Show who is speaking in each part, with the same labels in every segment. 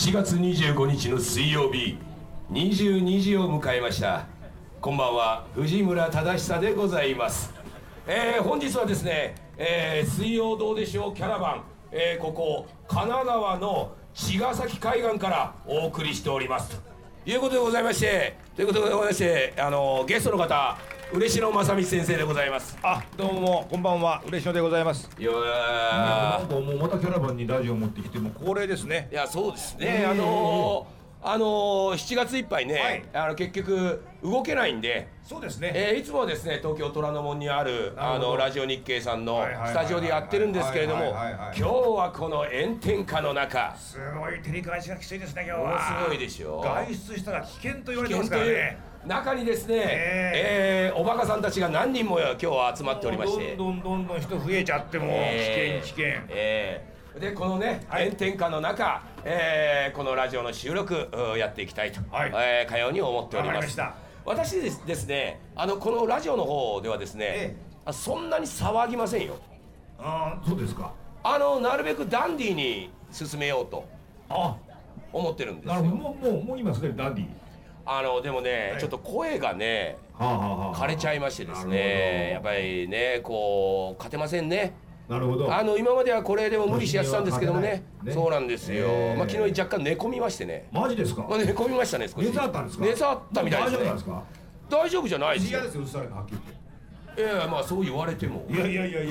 Speaker 1: 7月25日の水曜日22時を迎えました。こんばんは、藤村忠久でございます。本日はですね、水曜どうでしょうキャラバン、ここ神奈川の茅ヶ崎海岸からお送りしておりますということでございまして、ゲストの方、嬉野正道先生でございます。
Speaker 2: どうもこんばんは、嬉野でございます。
Speaker 1: いや
Speaker 2: なんかもうまたキャラバンにラジオ持ってきても恒例ですね。
Speaker 1: いや、そうですね。7月いっぱいね、結局動けないんで、
Speaker 2: そうですね、
Speaker 1: いつもはですね、東京虎ノ門にあるラジオ日経さんのスタジオでやってるんですけれども、今日はこの炎天下の中、
Speaker 2: すごい照り返しがきついですね。今日は
Speaker 1: ものすごいでしょ。
Speaker 2: 外出したら危険と言われてますからね。
Speaker 1: 中にですね、おバカさんたちが何人も今日は集まっておりまして、
Speaker 2: どんどん人増えちゃっても危険。
Speaker 1: でこのね、炎天下の中、このラジオの収録やっていきたいと、かように思っております。私ですね、このラジオの方ではですね、そんなに騒ぎませんよ。
Speaker 2: そうですか。
Speaker 1: なるべくダンディーに進めようと思ってるんですよ。
Speaker 2: もう今すでにダンディー。
Speaker 1: でもね、ちょっと声がね、枯れちゃいましてですね、やっぱりね、こう勝てませんね。
Speaker 2: なるほど。
Speaker 1: 今まではこれでも無理しやってたんですけどもね。そうなんですよ。昨日若干寝込みましてね。
Speaker 2: マジですか。
Speaker 1: 寝込みましたね、少し。
Speaker 2: 熱あったんですか。
Speaker 1: 熱あったみたいですね。大丈夫じゃないですよ。
Speaker 2: 嫌ですよ、うっさらがはっきり
Speaker 1: 言って。まあそう言われても。いや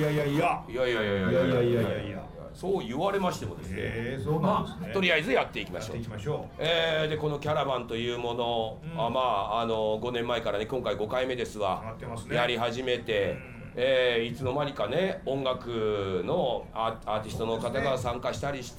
Speaker 1: そう言われましてもですね。
Speaker 2: そうなんですね。
Speaker 1: とりあえずやっていきましょう。でこのキャラバンというもの、5年前からね、今回5回目ですわ、やり始めて。いつの間にかね、音楽のアーティストの方が参加したりして、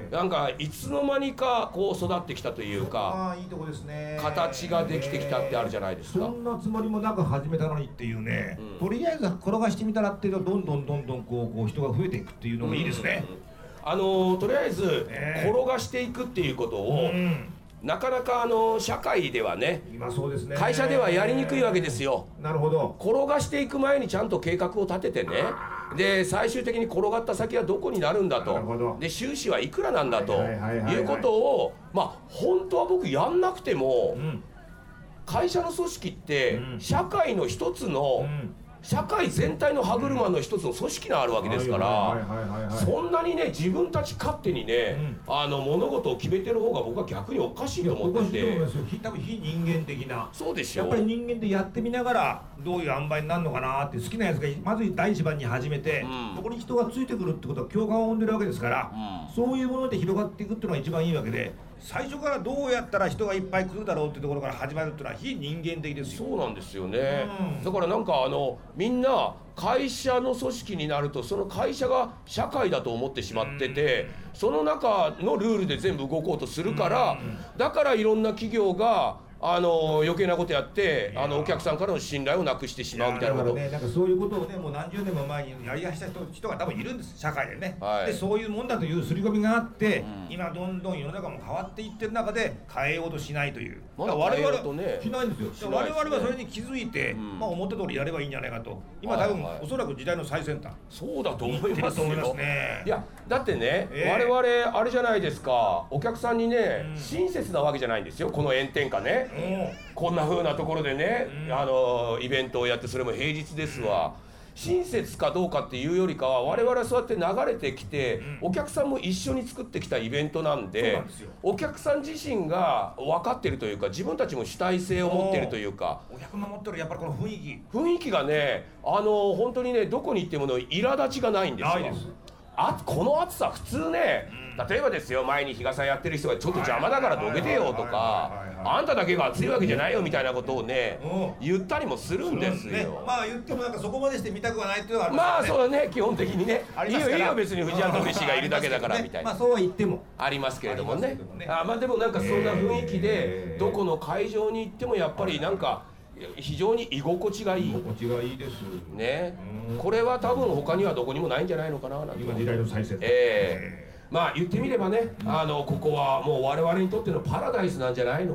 Speaker 1: なんかいつの間にかこう育ってきたというか、
Speaker 2: いいとこですね。
Speaker 1: 形ができてきたってあるじゃないですか。
Speaker 2: そんなつもりもなく始めたのにっていうね、とりあえず転がしてみたらっていうと、どんどんこう人が増えていくっていうのもいいですね。
Speaker 1: とりあえず転がしていくっていうことを、なかなか社会ではね、会社ではやりにくいわけですよ。
Speaker 2: なるほど。
Speaker 1: 転がしていく前にちゃんと計画を立ててね、で最終的に転がった先はどこになるんだと、で収支はいくらなんだということを、本当は僕やんなくても、会社の組織って社会の一つの、社会全体の歯車の一つの組織があるわけですから、そんなにね、自分たち勝手にね、物事を決めてる方が僕は逆におかしいと思ってて。
Speaker 2: 多分非人間的な。
Speaker 1: そうでしょ。
Speaker 2: やっぱり人間でやってみながらどういう塩梅になるのかなって、好きなやつがまず第一番に始めて、そこに人がついてくるってことは共感を生んでるわけですから、そういうもので広がっていくっていうのが一番いいわけで、最初からどうやったら人がいっぱい来るだろうっていうところから始まるっていうのは非人間的ですよ。
Speaker 1: そうなんですよね。だからなんかみんな会社の組織になると、その会社が社会だと思ってしまってて、その中のルールで全部動こうとするから、だからいろんな企業が余計なことやって、お客さんからの信頼をなくしてしまうみたいなこと。
Speaker 2: なんかそういうことをね、もう何十年も前にやりだした人が多分いるんです、社会でね。でそういうもんだという刷り込みがあって、今どんどん世の中も変わっていってる中で変えようとしないという。我々はしないんですよ。我々はそれに気づいて、思った通りやればいいんじゃないかと。今多分おそらく時代の最先端。
Speaker 1: そうだと思いますよ。
Speaker 2: ね。
Speaker 1: いやだってね、我々あれじゃないですか、お客さんにね、親切なわけじゃないんですよ、この炎天下ね。こんな風なところでね、イベントをやって、それも平日ですわ。親切かどうかっていうよりかは、我々はそうやって流れてきて、お客さんも一緒に作ってきたイベントなんで、お客さん自身が分かってるというか、自分たちも主体性を持ってるというか、
Speaker 2: お客が持ってるやっぱりこの
Speaker 1: 雰囲気がね、本当にね、どこに行ってもの苛立ちがないんですよ。この暑さ普通ね、例えばですよ、前に日傘やってる人がちょっと邪魔だからどけてよとか、あんただけが暑いわけじゃないよみたいなことをね、言ったりもするんですよ。
Speaker 2: 言ってもなんかそこまでして見たくはないっていうのはあります
Speaker 1: ね。そうだね、基本的にね、いいよ別に藤原氏がいるだけだからみたいな、
Speaker 2: そうは言っても
Speaker 1: ありますけれどもね。でもなんかそんな雰囲気で、どこの会場に行ってもやっぱりなんか非常に居心地がいい。
Speaker 2: 居心地がいいです
Speaker 1: ね。これは多分他にはどこにもないんじゃないのかな。
Speaker 2: 今時代の再生。
Speaker 1: 言ってみればね、ここはもう我々にとってのパラダイスなんじゃないのかと。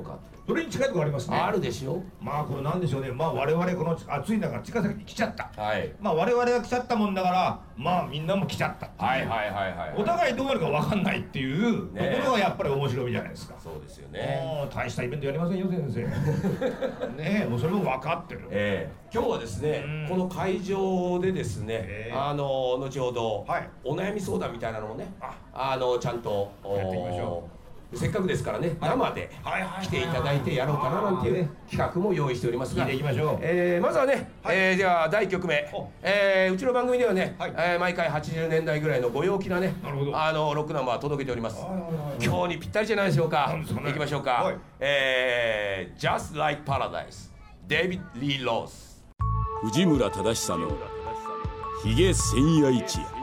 Speaker 2: それに近いところありますね。
Speaker 1: あるでしょ。
Speaker 2: まあこれなんでしょうね。まあ我々この暑い中茅ヶ崎に来ちゃった。
Speaker 1: はい。
Speaker 2: まあ我々が来ちゃったもんだから、まあみんなも来ちゃった。
Speaker 1: はいはいはいはい。
Speaker 2: お互いどうなるか分かんないっていうところがやっぱり面白いじゃないですか。
Speaker 1: そうですよね。
Speaker 2: もう大したイベントやりませんよ先生。ねえ、もうそれも分かってる。
Speaker 1: 今日はですね、この会場でですね、後ほどお悩み相談みたいなのもね、ちゃんと
Speaker 2: やっていきましょう。
Speaker 1: せっかくですからね、生で来ていただいてやろうかななんていう企画も用意しておりますが、
Speaker 2: 聞いていきましょ
Speaker 1: う。まずはね、じゃあ第1曲目、うちの番組ではね、毎回80年代ぐらいのご陽気なね、ロックナンバー届けております。今日にぴったりじゃないでしょうか。いきましょうか。Just Like Paradise、デイビッド・リー・ロース。
Speaker 3: 藤村忠久のひげ千夜一夜。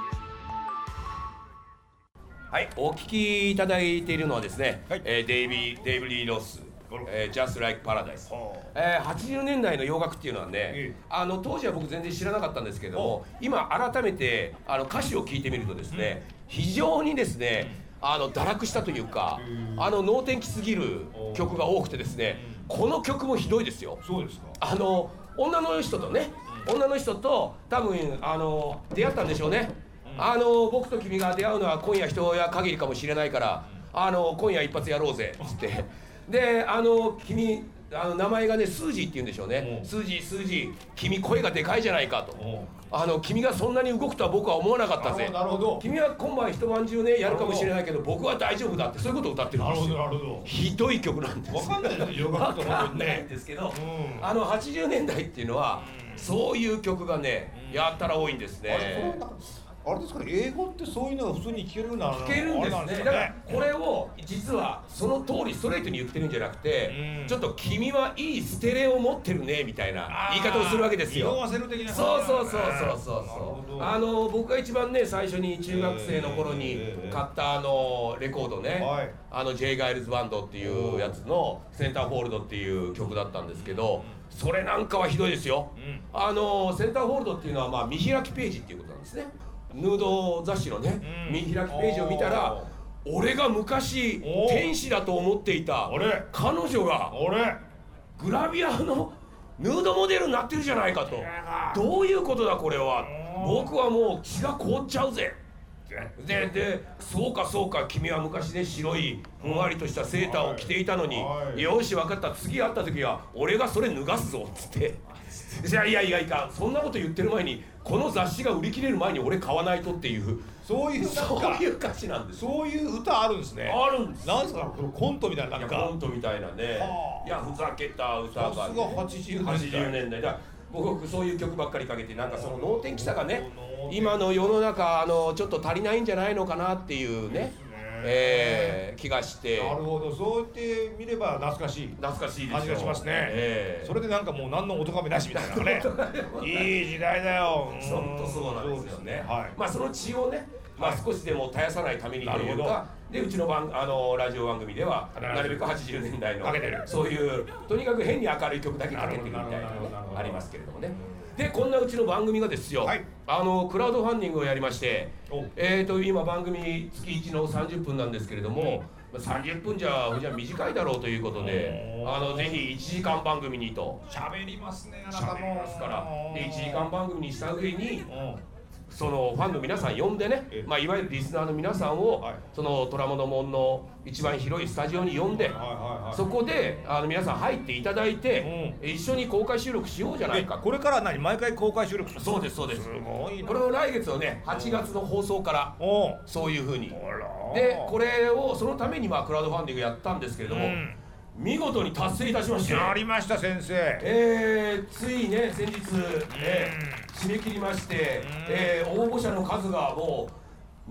Speaker 1: はい、お聞きいただいているのはですね、デイビッド・リー・ロス、Just Like Paradise。80年代の洋楽っていうのはね、当時は僕全然知らなかったんですけども、今改めて歌詞を聞いてみるとですね、非常にですね、堕落したというか、能天気すぎる曲が多くてですね、この曲もひどいですよ。
Speaker 2: そうですか。
Speaker 1: 女の人と多分出会ったんでしょうね。僕と君が出会うのは今夜一夜限りかもしれないから、今夜一発やろうぜっつって、で君名前がねスージーって言うんでしょうね。スージー君声がでかいじゃないかと。君がそんなに動くとは僕は思わなかったぜ。
Speaker 2: なるほど。
Speaker 1: 君は今晩一晩中ねやるかもしれないけど僕は大丈夫だって、そういうことを歌ってるんですよ。
Speaker 2: なるほど。
Speaker 1: ひどい曲なんです。
Speaker 2: わかんないですよ。
Speaker 1: わかんないんですけど、80年代っていうのはそういう曲がねやったら多いんですね。
Speaker 2: あれですかね、英語ってそういうのが普通に聞けるんだ
Speaker 1: 聞けるんですね。だからこれを実はその通りストレートに言ってるんじゃなくて、ちょっと君はいいステレオを持ってるねみたいな言い方をするわけですよ。
Speaker 2: 色あせる的な。
Speaker 1: そう。僕が一番ね最初に中学生の頃に買ったレコードね、J. ガイルズバンドっていうやつのセンターフォールドっていう曲だったんですけど、それなんかはひどいですよ。センターフォールドっていうのはまあ見開きページっていうことなんですね。ヌード雑誌のね、見開きページを見たら、俺が昔天使だと思っていた彼女がグラビアのヌードモデルになってるじゃないかと。どういうことだこれは。僕はもう血が凍っちゃうぜ。でそうか君は昔ね白いふんわりとしたセーターを着ていたのに、よし分かった、次会った時は俺がそれ脱がすぞっつって。いやいかん、そんなこと言ってる前にこの雑誌が売り切れる前に俺買わないとっていう、そういう歌詞なんです。
Speaker 2: そういう歌あるんですね。
Speaker 1: あるんです。
Speaker 2: なんですか、コントみたいな。
Speaker 1: コントみたいなね。いやふざけた歌が、ね、
Speaker 2: さすが80
Speaker 1: 年代だ。僕そういう曲ばっかりかけて、なんかその能天気さがね今の世の中ちょっと足りないんじゃないのかなっていうね、気がして。
Speaker 2: なるほど、そう言ってみれば懐かしい感じがしますね。それでなんかもう何のお咎めなしみたいなねいい時代だよ。
Speaker 1: 本当そうなんですよね。まあその血をね、少しでも絶やさないためにというかで、うちのラジオ番組ではなるべく80年代のそういうとにかく変に明るい曲だけかけてるみたいなねありますけれどもね。でこんなうちの番組がですよ、クラウドファンディングをやりまして、今番組月1の30分なんですけれども、30分じゃ短いだろうということで、ぜひ1時間番組にと。
Speaker 2: 喋りますね、
Speaker 1: 喋りますから。で1時間番組にした上にそのファンの皆さん呼んでね、いわゆるリスナーの皆さんをその虎ノ門の一番広いスタジオに呼んで、そこで皆さん入っていただいて、一緒に公開収録しようじゃないか。
Speaker 2: これから何、毎回公開収録？
Speaker 1: そうです。
Speaker 2: すごいな。
Speaker 1: これを来月のね8月の放送からそういうふうにで、これをそのためにクラウドファンディングやったんですけれども、見事に達成いたしまして。
Speaker 2: やりました先生。
Speaker 1: ついね先日、締め切りまして、応募者の数がもう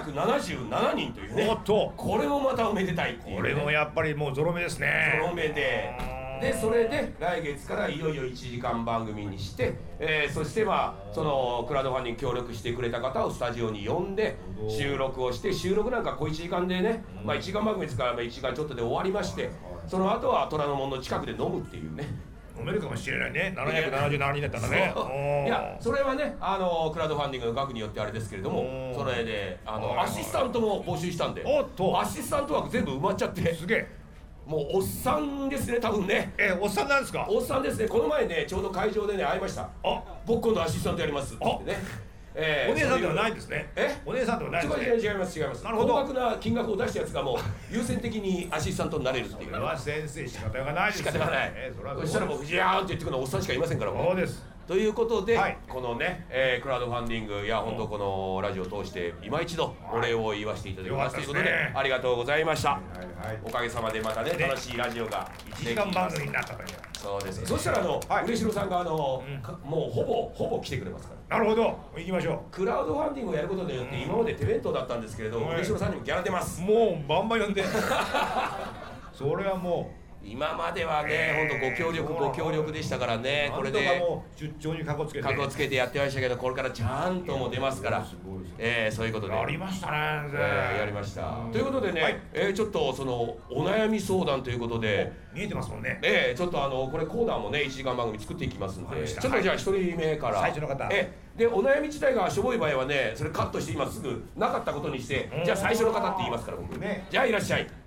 Speaker 1: 777人というね。これもまたおめでたいっていう、ね、
Speaker 2: これもやっぱりもうゾロ目ですね。
Speaker 1: ゾロ目でそれで来月からいよいよ1時間番組にして、そしてそのクラウドファンディング協力してくれた方をスタジオに呼んで収録をして、収録なんか小1時間でね、1時間番組ですから1時間ちょっとで終わりまして、その後は虎ノ門の近くで飲むっていうね。
Speaker 2: 飲めるかもしれないね。777人だったらね。
Speaker 1: いやそれはねクラウドファンディングの額によってあれですけれども、それでアシスタントも募集したんで、アシスタント枠全部埋まっちゃって。
Speaker 2: すげえ。
Speaker 1: もうおっさんですね多分ね。
Speaker 2: おっさんなんですか？
Speaker 1: おっさんですね。この前ねちょうど会場でね会いました。僕今度アシスタントやりますってね。
Speaker 2: お姉さんではないんですね。お姉さんではないですね。
Speaker 1: 違います。
Speaker 2: なるほど。
Speaker 1: 高額な金額を出したやつがもう優先的にアシスタントになれるっていう。
Speaker 2: それは先生仕方がないですよ。
Speaker 1: 仕方がない。そしたらもうじゃーんって言ってくるのはおっさんしかいませんから。
Speaker 2: そうです。
Speaker 1: ということで、このね、クラウドファンディング、いや本当このラジオを通して今一度お礼を言わせていただきますということで、ありがとうございました。おかげさまでまたね楽しいラジオが
Speaker 2: 1時間番組になったという。
Speaker 1: そうです。そしたら嬉野さんがもうほぼ来てくれますから。
Speaker 2: なるほど。行きましょう。
Speaker 1: クラウドファンディングをやることによって今まで手弁当だったんですけれど、嬉野さんにもギャラ出ます。
Speaker 2: もうバンバン呼んで。それはもう。
Speaker 1: 今まではね、本当ご協力でしたからね、これで
Speaker 2: もう出張にカゴつけ
Speaker 1: てやってましたけど、これからちゃんとも出ますから、そういうことで
Speaker 2: やりましたね。
Speaker 1: やりました。ということでね、ちょっとそのお悩み相談ということで
Speaker 2: 見えてますもんね。
Speaker 1: ちょっとこれコーナーもね1時間番組作っていきますんで、ちょっとじゃあ1人目から
Speaker 2: 最初の方。
Speaker 1: でお悩み自体がしょぼい場合はね、それカットして今すぐなかったことにして、じゃあ最初の方って言いますから僕。じゃあいらっしゃい。